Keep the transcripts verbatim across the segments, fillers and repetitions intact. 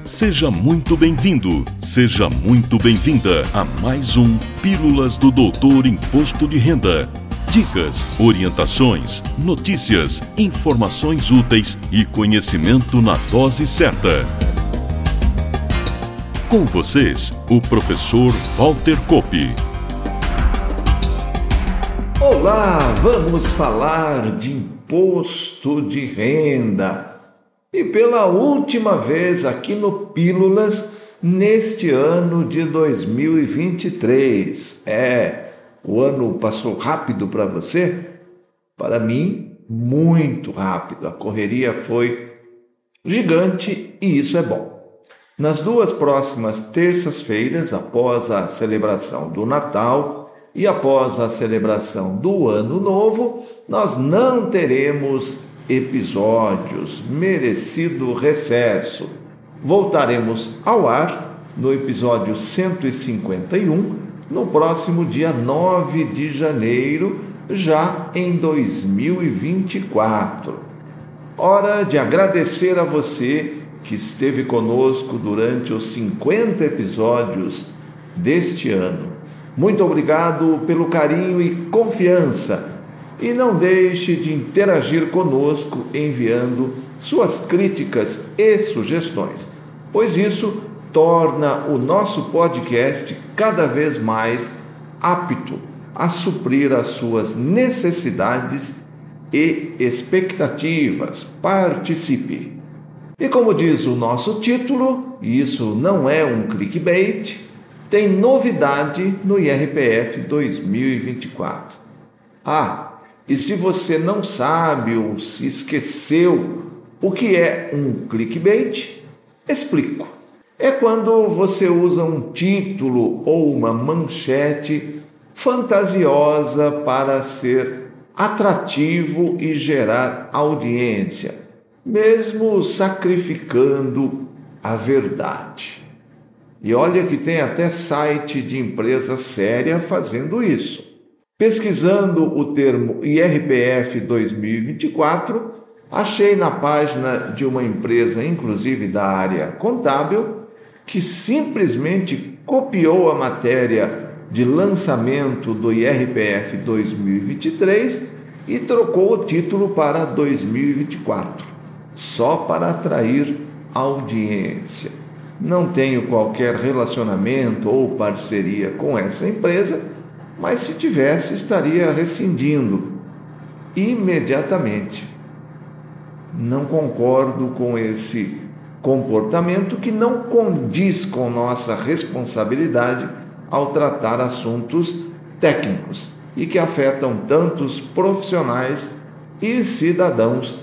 Seja muito bem-vindo, seja muito bem-vinda a mais um Pílulas do Doutor Imposto de Renda. Dicas, orientações, notícias, informações úteis e conhecimento na dose certa. Com vocês, o professor Walter Coppi. Olá, vamos falar de imposto de renda. E pela última vez aqui no Pílulas, neste ano de dois mil e vinte e três. É, o ano passou rápido para você? Para mim, muito rápido. A correria foi gigante e isso é bom. Nas duas próximas terças-feiras, após a celebração do Natal e após a celebração do Ano Novo, nós não teremos episódios, merecido recesso. Voltaremos ao ar no episódio cento e cinquenta e um, no próximo dia nove de janeiro, já em dois mil e vinte e quatro. Hora de agradecer a você que esteve conosco durante os cinquenta episódios deste ano. Muito obrigado pelo carinho e confiança. E não deixe de interagir conosco enviando suas críticas e sugestões, pois isso torna o nosso podcast cada vez mais apto a suprir as suas necessidades e expectativas. Participe! E como diz o nosso título, e isso não é um clickbait, tem novidade no I R P F dois mil e vinte e quatro. Ah, e se você não sabe ou se esqueceu o que é um clickbait, explico. É quando você usa um título ou uma manchete fantasiosa para ser atrativo e gerar audiência, mesmo sacrificando a verdade. E olha que tem até site de empresa séria fazendo isso. Pesquisando o termo I R P F dois mil e vinte e quatro, achei na página de uma empresa, inclusive da área contábil, que simplesmente copiou a matéria de lançamento do I R P F dois mil e vinte e três e trocou o título para dois mil e vinte e quatro, só para atrair audiência. Não tenho qualquer relacionamento ou parceria com essa empresa, mas se tivesse, estaria rescindindo imediatamente. Não concordo com esse comportamento que não condiz com nossa responsabilidade ao tratar assuntos técnicos e que afetam tantos profissionais e cidadãos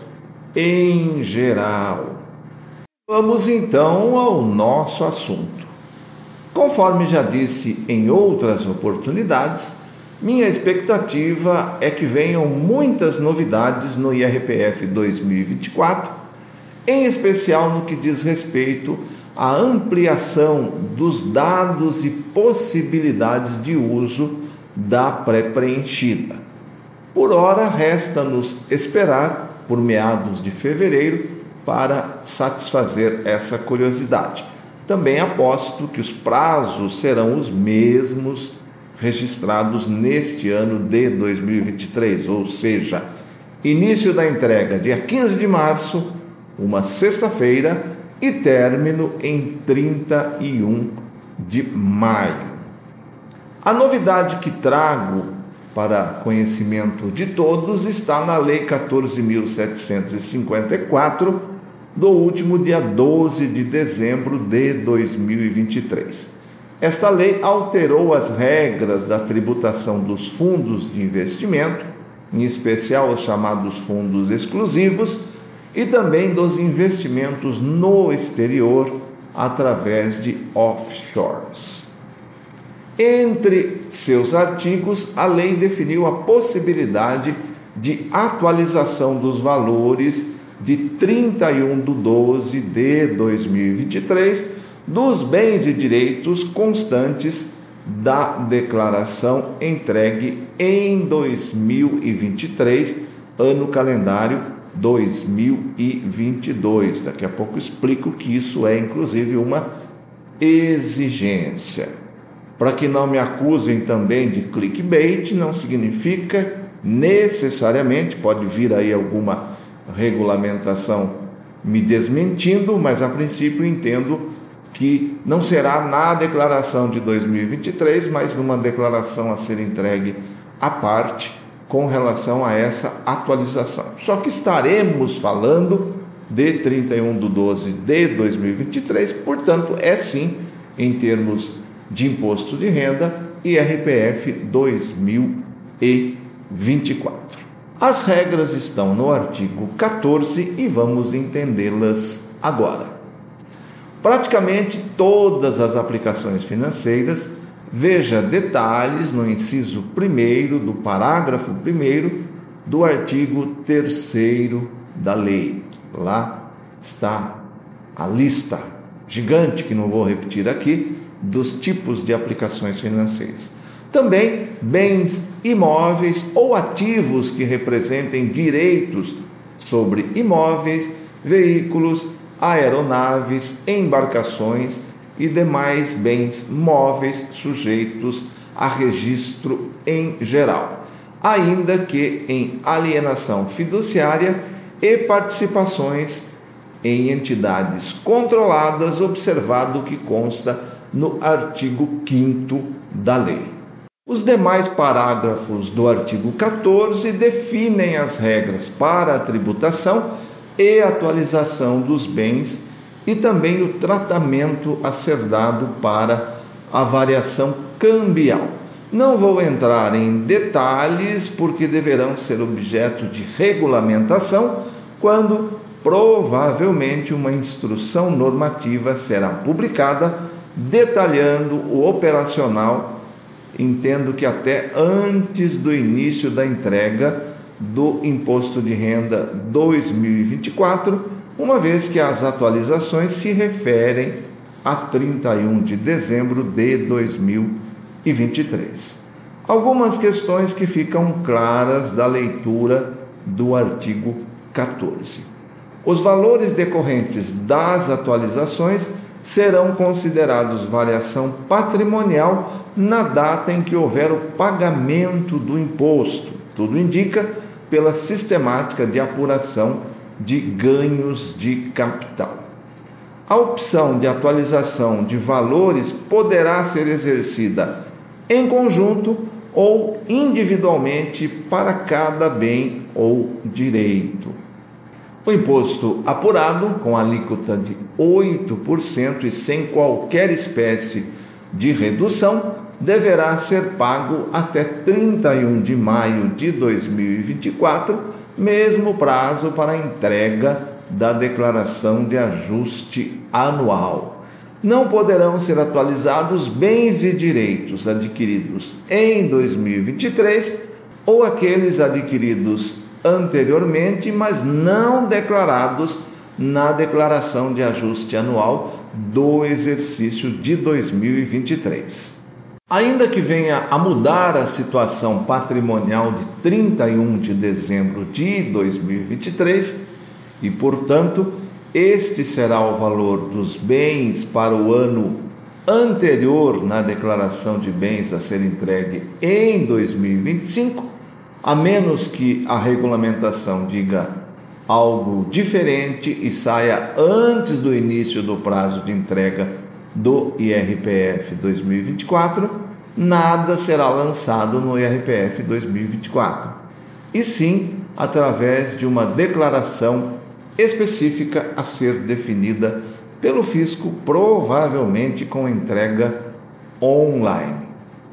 em geral. Vamos então ao nosso assunto. Conforme já disse em outras oportunidades, minha expectativa é que venham muitas novidades no I R P F dois mil e vinte e quatro, em especial no que diz respeito à ampliação dos dados e possibilidades de uso da pré-preenchida. Por ora, resta-nos esperar por meados de fevereiro para satisfazer essa curiosidade. Também aposto que os prazos serão os mesmos registrados neste ano de dois mil e vinte e três, ou seja, início da entrega dia quinze de março, uma sexta-feira, e término em trinta e um de maio. A novidade que trago para conhecimento de todos está na Lei quatorze mil setecentos e cinquenta e quatro, do último dia doze de dezembro de dois mil e vinte e três. Esta lei alterou as regras da tributação dos fundos de investimento, em especial os chamados fundos exclusivos, e também dos investimentos no exterior através de offshores. Entre seus artigos, a lei definiu a possibilidade de atualização dos valores de trinta e um de doze de dois mil e vinte e três dos bens e direitos constantes da declaração entregue em dois mil e vinte e três, ano calendário dois mil e vinte e dois. Daqui a pouco explico que isso é, inclusive, uma exigência. Para que não me acusem também de clickbait, não significa necessariamente, pode vir aí alguma regulamentação me desmentindo, mas a princípio entendo que não será na declaração de dois mil e vinte e três, mas numa declaração a ser entregue à parte com relação a essa atualização. Só que estaremos falando de trinta e um de doze de dois mil e vinte e três, portanto, é sim, em termos de imposto de renda, I R P F dois mil e vinte e quatro. As regras estão no artigo quatorze e vamos entendê-las agora. Praticamente todas as aplicações financeiras, veja detalhes no inciso primeiro do parágrafo primeiro do artigo terceiro da lei. Lá está a lista gigante, que não vou repetir aqui, dos tipos de aplicações financeiras. Também bens imóveis ou ativos que representem direitos sobre imóveis, veículos, aeronaves, embarcações e demais bens móveis sujeitos a registro em geral, ainda que em alienação fiduciária e participações em entidades controladas, observado o que consta no artigo quinto da lei. Os demais parágrafos do artigo quatorze definem as regras para a tributação e atualização dos bens e também o tratamento a ser dado para a variação cambial. Não vou entrar em detalhes porque deverão ser objeto de regulamentação quando provavelmente uma instrução normativa será publicada detalhando o operacional. Entendo que até antes do início da entrega do Imposto de Renda dois mil e vinte e quatro, uma vez que as atualizações se referem a trinta e um de dezembro de dois mil e vinte e três. Algumas questões que ficam claras da leitura do artigo quatorze. Os valores decorrentes das atualizações serão considerados variação patrimonial na data em que houver o pagamento do imposto. Tudo indica pela sistemática de apuração de ganhos de capital. A opção de atualização de valores poderá ser exercida em conjunto ou individualmente para cada bem ou direito. O imposto apurado, com alíquota de oito por cento e sem qualquer espécie de redução, deverá ser pago até trinta e um de maio de dois mil e vinte e quatro, mesmo prazo para a entrega da declaração de ajuste anual. Não poderão ser atualizados bens e direitos adquiridos em dois mil e vinte e três ou aqueles adquiridos anteriormente, mas não declarados na declaração de ajuste anual do exercício de dois mil e vinte e três. Ainda que venha a mudar a situação patrimonial de trinta e um de dezembro de dois mil e vinte e três, e, portanto, este será o valor dos bens para o ano anterior na declaração de bens a ser entregue em dois mil e vinte e cinco, a menos que a regulamentação diga algo diferente e saia antes do início do prazo de entrega do I R P F dois mil e vinte e quatro, nada será lançado no I R P F dois mil e vinte e quatro, e sim através de uma declaração específica a ser definida pelo fisco, provavelmente com entrega online.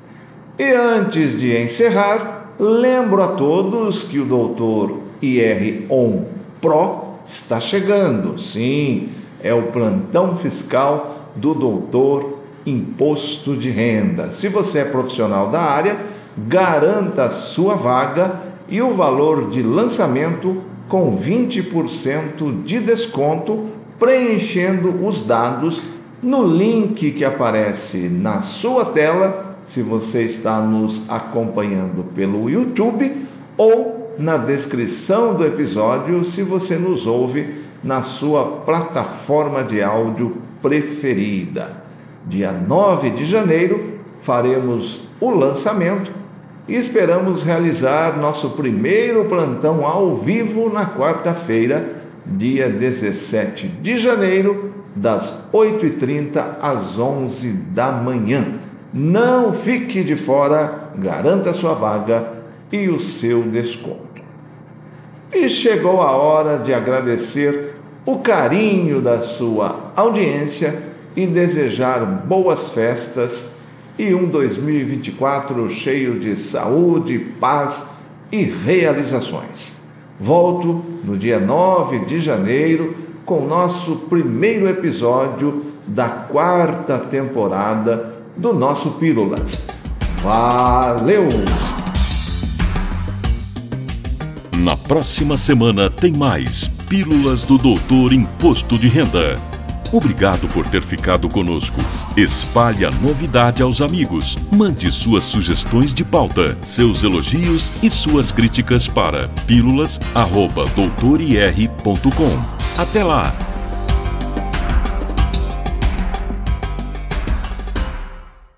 E antes de encerrar, lembro a todos que o doutor I R On Pro está chegando. Sim, é o plantão fiscal do doutor Imposto de Renda. Se você é profissional da área, garanta a sua vaga e o valor de lançamento com vinte por cento de desconto, preenchendo os dados no link que aparece na sua tela, se você está nos acompanhando pelo YouTube, ou na descrição do episódio se você nos ouve na sua plataforma de áudio preferida. Dia nove de janeiro faremos o lançamento e esperamos realizar nosso primeiro plantão ao vivo na quarta-feira, dia dezessete de janeiro, das oito e trinta às onze da manhã. Não fique de fora, garanta sua vaga e o seu desconto. E chegou a hora de agradecer o carinho da sua audiência e desejar boas festas e um dois mil e vinte e quatro cheio de saúde, paz e realizações. Volto no dia nove de janeiro com nosso primeiro episódio da quarta temporada do nosso Pílulas. Valeu! Na próxima semana tem mais Pílulas do Doutor Imposto de Renda. Obrigado por ter ficado conosco. Espalhe a novidade aos amigos. Mande suas sugestões de pauta, seus elogios e suas críticas para pílulas arroba doutor i r ponto com. Até lá!